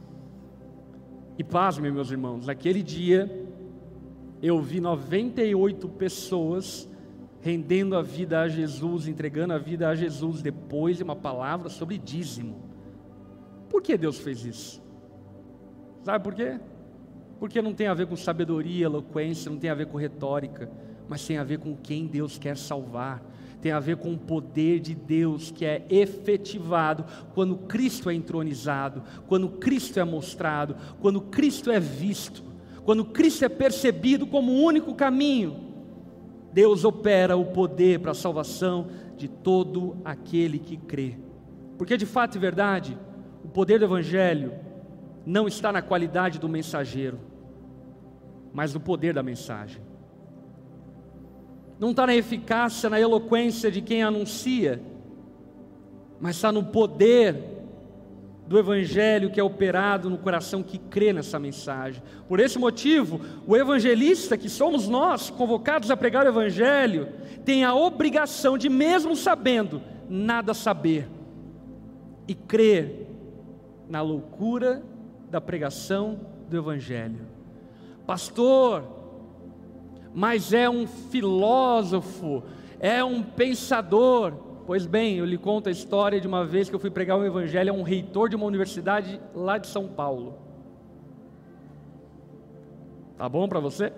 E pasmem, meus irmãos, naquele dia eu vi 98 pessoas rendendo a vida a Jesus, entregando a vida a Jesus, depois de uma palavra sobre dízimo. Por que Deus fez isso? Sabe por quê? Porque não tem a ver com sabedoria, eloquência, não tem a ver com retórica, mas tem a ver com quem Deus quer salvar. Tem a ver com o poder de Deus que é efetivado quando Cristo é entronizado, quando Cristo é mostrado, quando Cristo é visto, quando Cristo é percebido como o único caminho. Deus opera o poder para a salvação de todo aquele que crê. Porque de fato e verdade, o poder do Evangelho não está na qualidade do mensageiro, mas no poder da mensagem. Não está na eficácia, na eloquência de quem anuncia, mas está no poder do Evangelho que é operado no coração que crê nessa mensagem. Por esse motivo, o evangelista, que somos nós, convocados a pregar o Evangelho, tem a obrigação de, mesmo sabendo, nada saber, e crer na loucura da pregação do Evangelho. Pastor, mas é um filósofo, é um pensador. Pois bem, eu lhe conto a história de uma vez que eu fui pregar o Evangelho a um reitor de uma universidade lá de São Paulo. Tá bom para você?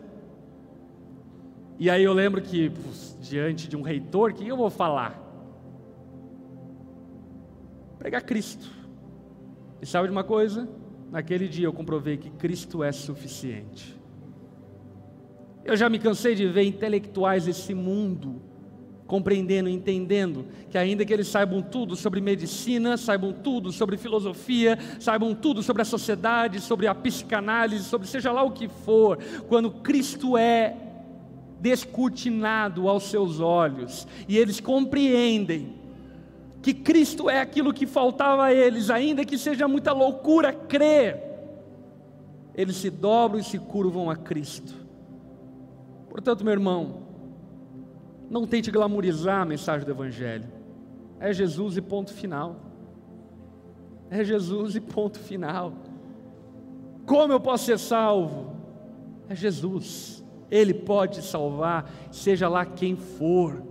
E aí eu lembro que, diante de um reitor, o que eu vou falar? Pregar Cristo. E sabe de uma coisa? naquele dia eu comprovei que Cristo é suficiente. Eu já me cansei de ver intelectuais desse mundo compreendendo, entendendo que ainda que eles saibam tudo sobre medicina, saibam tudo sobre filosofia, saibam tudo sobre a sociedade, sobre a psicanálise, sobre seja lá o que for, quando Cristo é descortinado aos seus olhos e eles compreendem que Cristo é aquilo que faltava a eles, ainda que seja muita loucura crer, eles se dobram e se curvam a Cristo. Portanto, meu irmão, não tente glamourizar a mensagem do Evangelho. É Jesus e ponto final. É Jesus e ponto final. Como eu posso ser salvo? É Jesus. Ele pode salvar, seja lá quem for.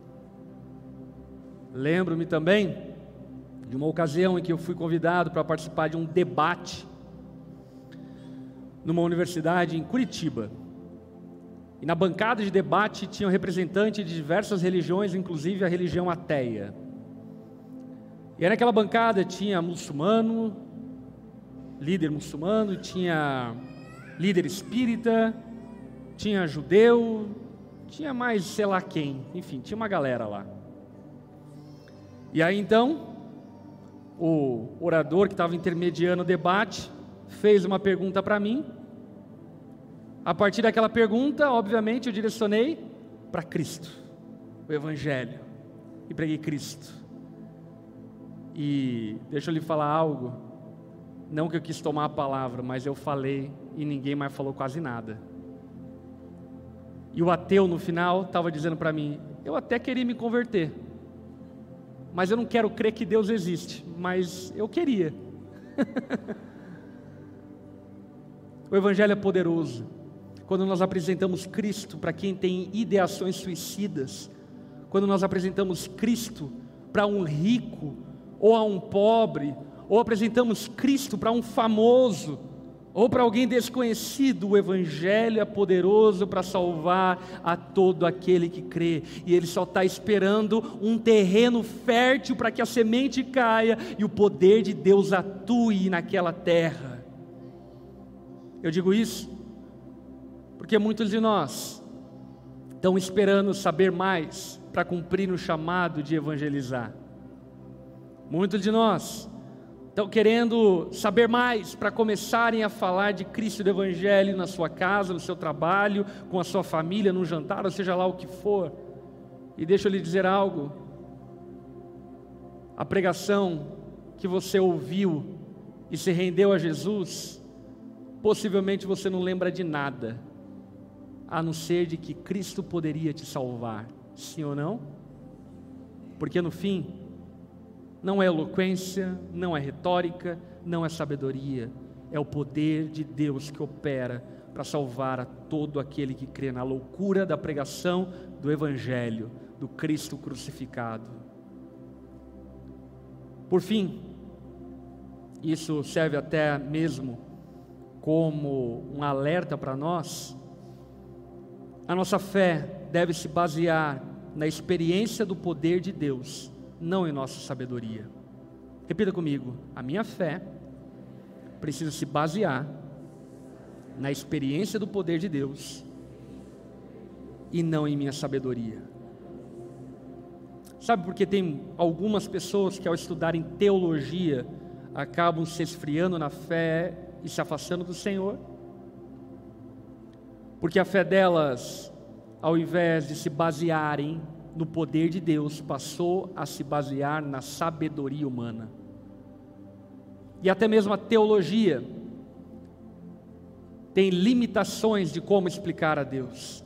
Lembro-me também de uma ocasião em que eu fui convidado para participar de um debate numa universidade em Curitiba. E na bancada de debate tinham representantes de diversas religiões, inclusive a religião ateia. E aí naquela bancada tinha muçulmano, líder muçulmano, tinha líder espírita, tinha judeu, tinha mais sei lá quem, enfim, tinha uma galera lá. E aí então, o orador que estava intermediando o debate fez uma pergunta para mim. A partir daquela pergunta, obviamente, eu direcionei para Cristo, o Evangelho, e preguei Cristo. E deixa eu lhe falar algo, não que eu quis tomar a palavra, mas eu falei e ninguém mais falou quase nada. E o ateu no final estava dizendo para mim, eu até queria me converter, mas eu não quero crer que Deus existe, mas eu queria. O Evangelho é poderoso. Quando nós apresentamos Cristo para quem tem ideações suicidas, quando nós apresentamos Cristo para um rico ou a um pobre, ou apresentamos Cristo para um famoso ou para alguém desconhecido, o Evangelho é poderoso para salvar a todo aquele que crê, e ele só está esperando um terreno fértil para que a semente caia e o poder de Deus atue naquela terra. Eu digo isso porque muitos de nós estão esperando saber mais para cumprir o chamado de evangelizar. Muitos de nós estão querendo saber mais para começarem a falar de Cristo e do Evangelho na sua casa, no seu trabalho, com a sua família, num jantar, ou seja lá o que for. E deixa eu lhe dizer algo, a pregação que você ouviu e se rendeu a Jesus, possivelmente você não lembra de nada, a não ser de que Cristo poderia te salvar, sim ou não? Porque no fim, não é eloquência, não é retórica, não é sabedoria, é o poder de Deus que opera para salvar a todo aquele que crê na loucura da pregação do Evangelho, do Cristo crucificado. Por fim, isso serve até mesmo como um alerta para nós. A nossa fé deve se basear na experiência do poder de Deus, não em nossa sabedoria. Repita comigo, a minha fé precisa se basear na experiência do poder de Deus e não em minha sabedoria. Sabe por que tem algumas pessoas que ao estudarem teologia acabam se esfriando na fé e se afastando do Senhor? Porque a fé delas, ao invés de se basearem no poder de Deus, passou a se basear na sabedoria humana. E até mesmo a teologia tem limitações de como explicar a Deus.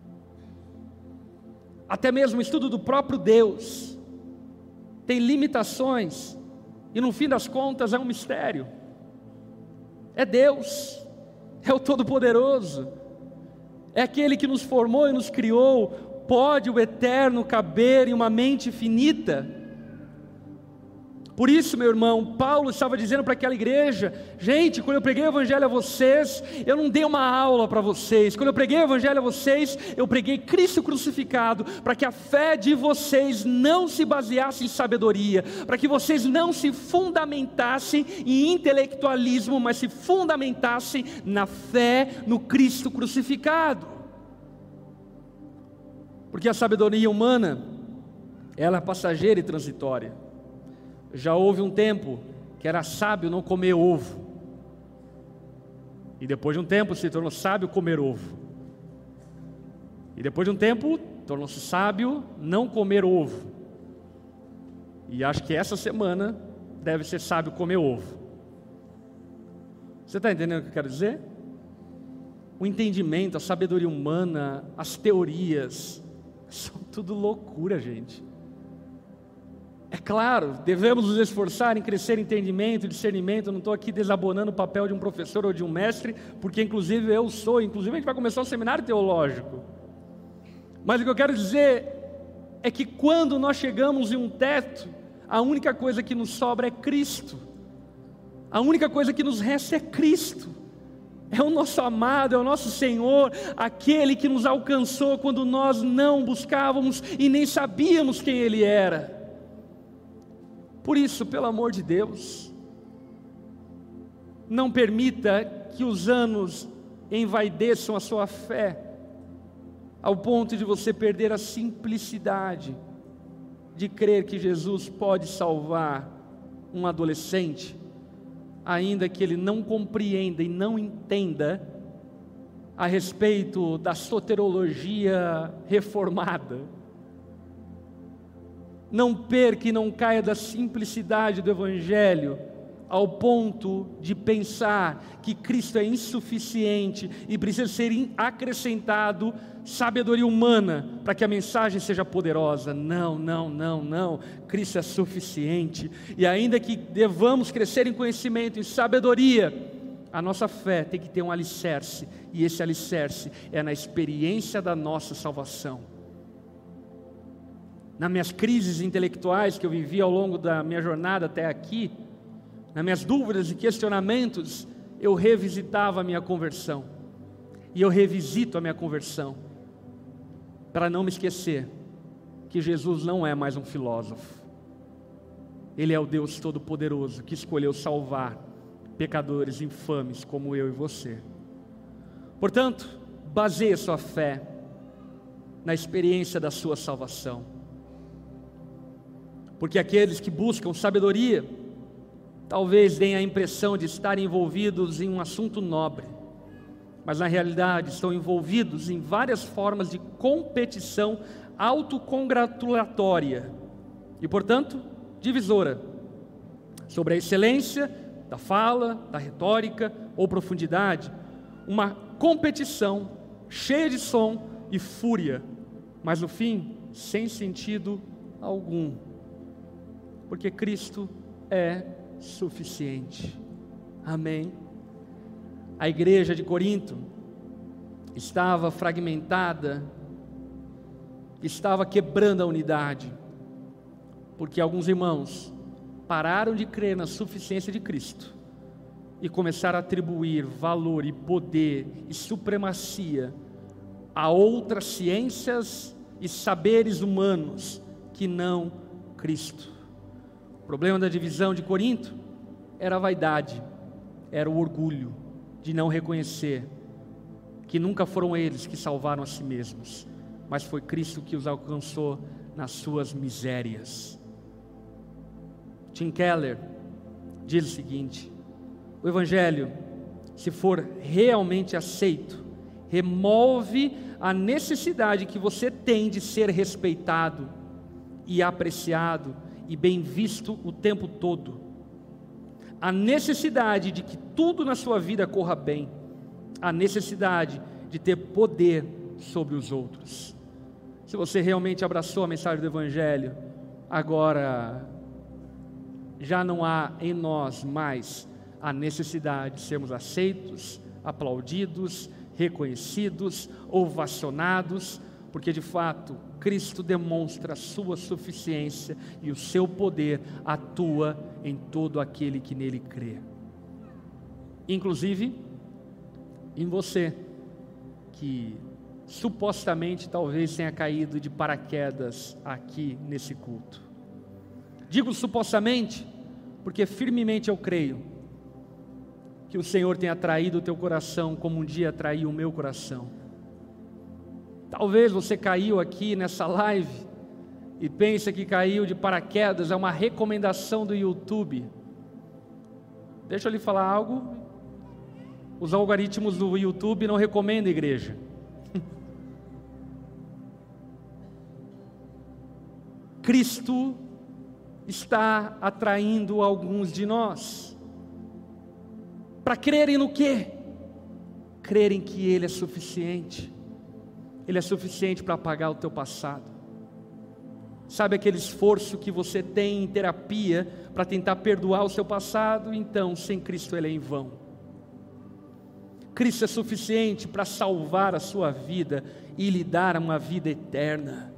Até mesmo o estudo do próprio Deus tem limitações, e no fim das contas é um mistério. É Deus, é o Todo-Poderoso, é aquele que nos formou e nos criou. Pode o eterno caber em uma mente finita? Por isso, meu irmão, Paulo estava dizendo para aquela igreja: gente, quando eu preguei o evangelho a vocês, eu não dei uma aula para vocês. Quando eu preguei o evangelho a vocês, eu preguei Cristo crucificado, para que a fé de vocês não se baseasse em sabedoria, para que vocês não se fundamentassem em intelectualismo, mas se fundamentassem na fé no Cristo crucificado. Porque a sabedoria humana, ela é passageira e transitória. Já houve um tempo que era sábio não comer ovo, e depois de um tempo se tornou sábio comer ovo, e depois de um tempo tornou-se sábio não comer ovo, e acho que essa semana deve ser sábio comer ovo. Você está entendendo o que eu quero dizer? O entendimento, a sabedoria humana, as teorias, são tudo loucura, gente. É claro, devemos nos esforçar em crescer em entendimento, discernimento. Eu não estou aqui desabonando o papel de um professor ou de um mestre, porque inclusive eu sou, inclusive a gente vai começar um seminário teológico. Mas o que eu quero dizer é que quando nós chegamos em um teto, a única coisa que nos sobra é Cristo. A única coisa que nos resta é Cristo. É o nosso amado, é o nosso Senhor, aquele que nos alcançou quando nós não buscávamos e nem sabíamos quem Ele era. Por isso, pelo amor de Deus, não permita que os anos envaideçam a sua fé, ao ponto de você perder a simplicidade de crer que Jesus pode salvar um adolescente, ainda que ele não compreenda e não entenda a respeito da soteriologia reformada. Não perca e não caia da simplicidade do Evangelho, ao ponto de pensar que Cristo é insuficiente e precisa ser acrescentado sabedoria humana para que a mensagem seja poderosa. Não, não, não, não. Cristo é suficiente. E ainda que devamos crescer em conhecimento, em sabedoria, a nossa fé tem que ter um alicerce, e esse alicerce é na experiência da nossa salvação. Nas minhas crises intelectuais que eu vivi ao longo da minha jornada até aqui, nas minhas dúvidas e questionamentos, eu revisitava a minha conversão. E eu revisito a minha conversão, para não me esquecer que Jesus não é mais um filósofo. Ele é o Deus Todo-Poderoso que escolheu salvar pecadores infames como eu e você. Portanto, baseie sua fé na experiência da sua salvação. Porque aqueles que buscam sabedoria, talvez deem a impressão de estarem envolvidos em um assunto nobre, mas na realidade estão envolvidos em várias formas de competição autocongratulatória e, portanto, divisora, sobre a excelência da fala, da retórica ou profundidade, uma competição cheia de som e fúria, mas no fim, sem sentido algum. Porque Cristo é suficiente. Amém? A igreja de Corinto estava fragmentada, estava quebrando a unidade, porque alguns irmãos pararam de crer na suficiência de Cristo e começaram a atribuir valor e poder e supremacia a outras ciências e saberes humanos que não Cristo. O problema da divisão de Corinto era a vaidade, era o orgulho de não reconhecer que nunca foram eles que salvaram a si mesmos, mas foi Cristo que os alcançou nas suas misérias. Tim Keller diz o seguinte: o Evangelho, se for realmente aceito, remove a necessidade que você tem de ser respeitado e apreciado e bem visto o tempo todo, a necessidade de que tudo na sua vida corra bem, a necessidade de ter poder sobre os outros. Se você realmente abraçou a mensagem do Evangelho, agora já não há em nós mais a necessidade de sermos aceitos, aplaudidos, reconhecidos, ovacionados, porque de fato Cristo demonstra a sua suficiência e o seu poder atua em todo aquele que nele crê. Inclusive em você, que supostamente talvez tenha caído de paraquedas aqui nesse culto. Digo supostamente, porque firmemente eu creio que o Senhor tenha atraído o teu coração como um dia atraiu o meu coração. Talvez você caiu aqui nessa live e pensa que caiu de paraquedas, é uma recomendação do YouTube. Deixa eu lhe falar algo. Os algoritmos do YouTube não recomendam a igreja. Cristo está atraindo alguns de nós para crerem no quê? Crerem que Ele é suficiente. Ele é suficiente para apagar o teu passado. Sabe aquele esforço que você tem em terapia para tentar perdoar o seu passado? Então, sem Cristo ele é em vão. Cristo é suficiente para salvar a sua vida e lhe dar uma vida eterna.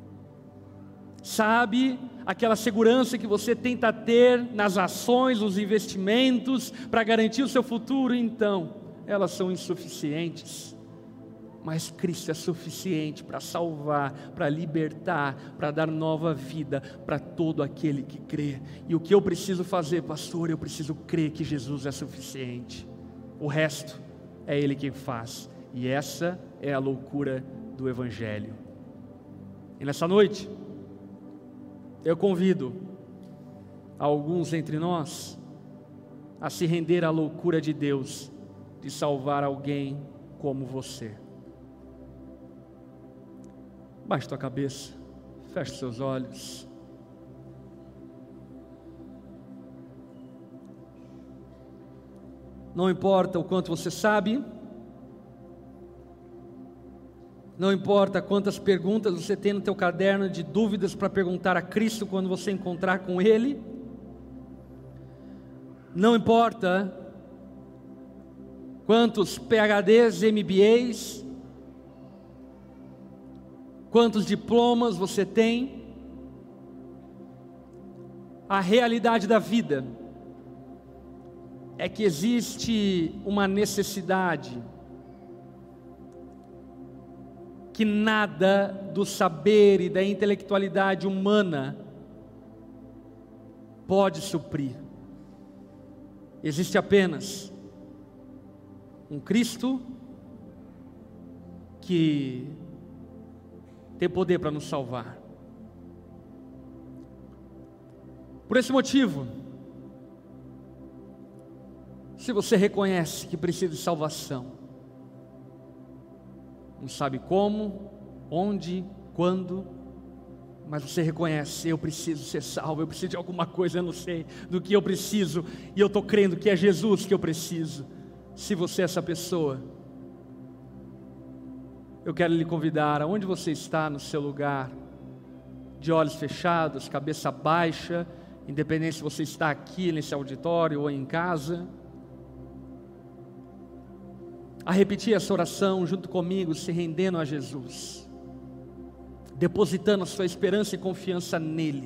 Sabe aquela segurança que você tenta ter nas ações, nos investimentos para garantir o seu futuro? Então, elas são insuficientes. Mas Cristo é suficiente para salvar, para libertar, para dar nova vida para todo aquele que crê. E o que eu preciso fazer, pastor? Eu preciso crer que Jesus é suficiente. O resto é Ele quem faz. E essa é a loucura do Evangelho. E nessa noite, eu convido alguns entre nós a se render à loucura de Deus, de salvar alguém como você. Baixe tua cabeça, feche seus olhos. Não importa o quanto você sabe, não importa quantas perguntas você tem no teu caderno de dúvidas para perguntar a Cristo quando você encontrar com Ele, não importa quantos PhDs, MBAs, quantos diplomas você tem, a realidade da vida é que existe uma necessidade que nada do saber e da intelectualidade humana pode suprir. Existe apenas um Cristo que tem poder para nos salvar. Por esse motivo, se você reconhece que precisa de salvação, não sabe como, onde, quando, mas você reconhece: eu preciso ser salvo, eu preciso de alguma coisa, eu não sei do que eu preciso, e eu estou crendo que é Jesus que eu preciso. Se você é essa pessoa, eu quero lhe convidar, aonde você está no seu lugar, de olhos fechados, cabeça baixa, independente se você está aqui nesse auditório ou em casa, a repetir essa oração junto comigo, se rendendo a Jesus, depositando a sua esperança e confiança nele.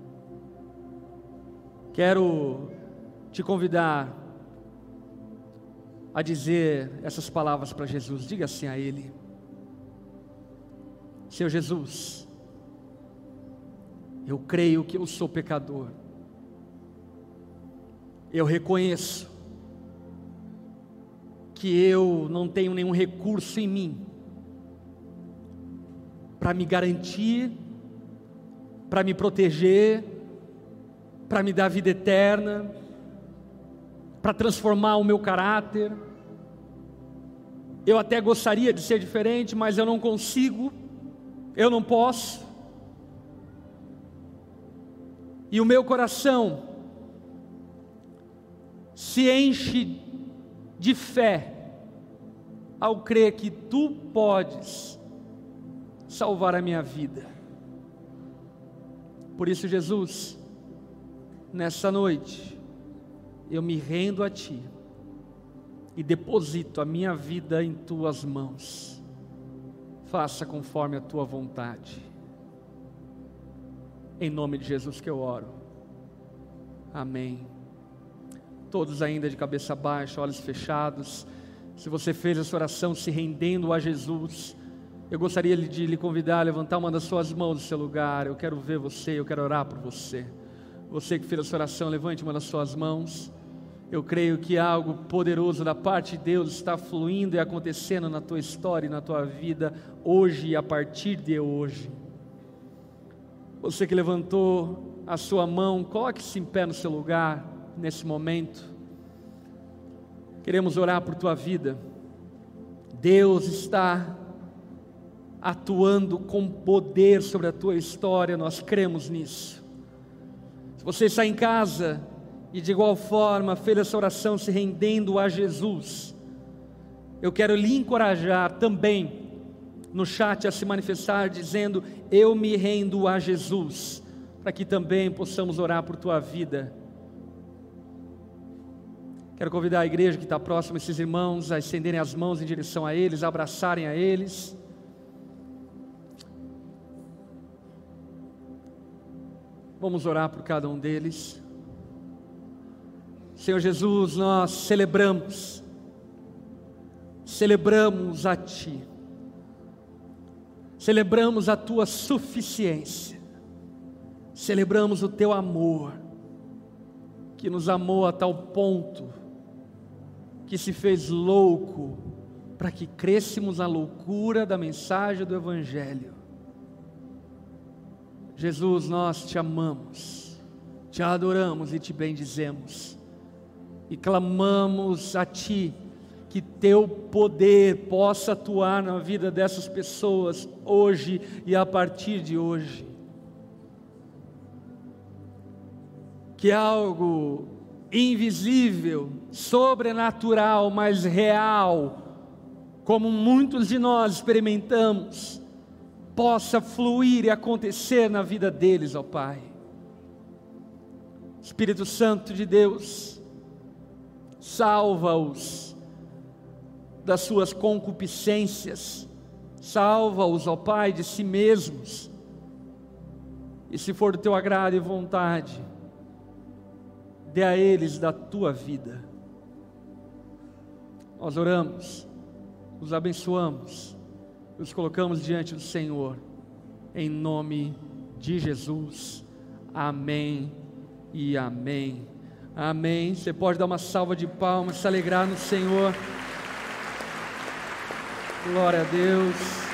Quero te convidar a dizer essas palavras para Jesus. Diga assim a Ele: Senhor Jesus, eu creio que eu sou pecador, eu reconheço que eu não tenho nenhum recurso em mim para me garantir, para me proteger, para me dar vida eterna, para transformar o meu caráter. Eu até gostaria de ser diferente, mas eu não consigo, eu não posso. E o meu coração se enche de fé ao crer que Tu podes salvar a minha vida. Por isso, Jesus, nessa noite, eu me rendo a Ti e deposito a minha vida em Tuas mãos. Faça conforme a Tua vontade. Em nome de Jesus que eu oro. Amém. Todos ainda de cabeça baixa, olhos fechados. Se você fez essa oração se rendendo a Jesus, eu gostaria de lhe convidar a levantar uma das suas mãos do seu lugar. Eu quero ver você, eu quero orar por você. Você que fez essa oração, levante uma das suas mãos. Eu creio que algo poderoso da parte de Deus está fluindo e acontecendo na tua história e na tua vida, hoje e a partir de hoje. Você que levantou a sua mão, coloque-se em pé no seu lugar, nesse momento. Queremos orar por tua vida. Deus está atuando com poder sobre a tua história, nós cremos nisso. Se você está em casa e de igual forma fez essa oração se rendendo a Jesus, eu quero lhe encorajar também no chat a se manifestar dizendo: eu me rendo a Jesus, para que também possamos orar por tua vida. Quero convidar a igreja que está próxima, esses irmãos, a estenderem as mãos em direção a eles, a abraçarem a eles. Vamos orar por cada um deles. Senhor Jesus, nós celebramos a Ti, celebramos a Tua suficiência, celebramos o Teu amor, que nos amou a tal ponto, que se fez louco, para que crescêssemos na loucura da mensagem do Evangelho. Jesus, nós Te amamos, Te adoramos e Te bendizemos, e clamamos a Ti, que Teu poder possa atuar na vida dessas pessoas, hoje e a partir de hoje. Que algo invisível, sobrenatural, mas real, como muitos de nós experimentamos, possa fluir e acontecer na vida deles, ó Pai. Espírito Santo de Deus, salva-os das suas concupiscências, salva-os, ó Pai, de si mesmos, e se for do Teu agrado e vontade, dê a eles da Tua vida. Nós oramos, os abençoamos, os colocamos diante do Senhor, em nome de Jesus. Amém e amém. Amém. Você pode dar uma salva de palmas, se alegrar no Senhor. Glória a Deus.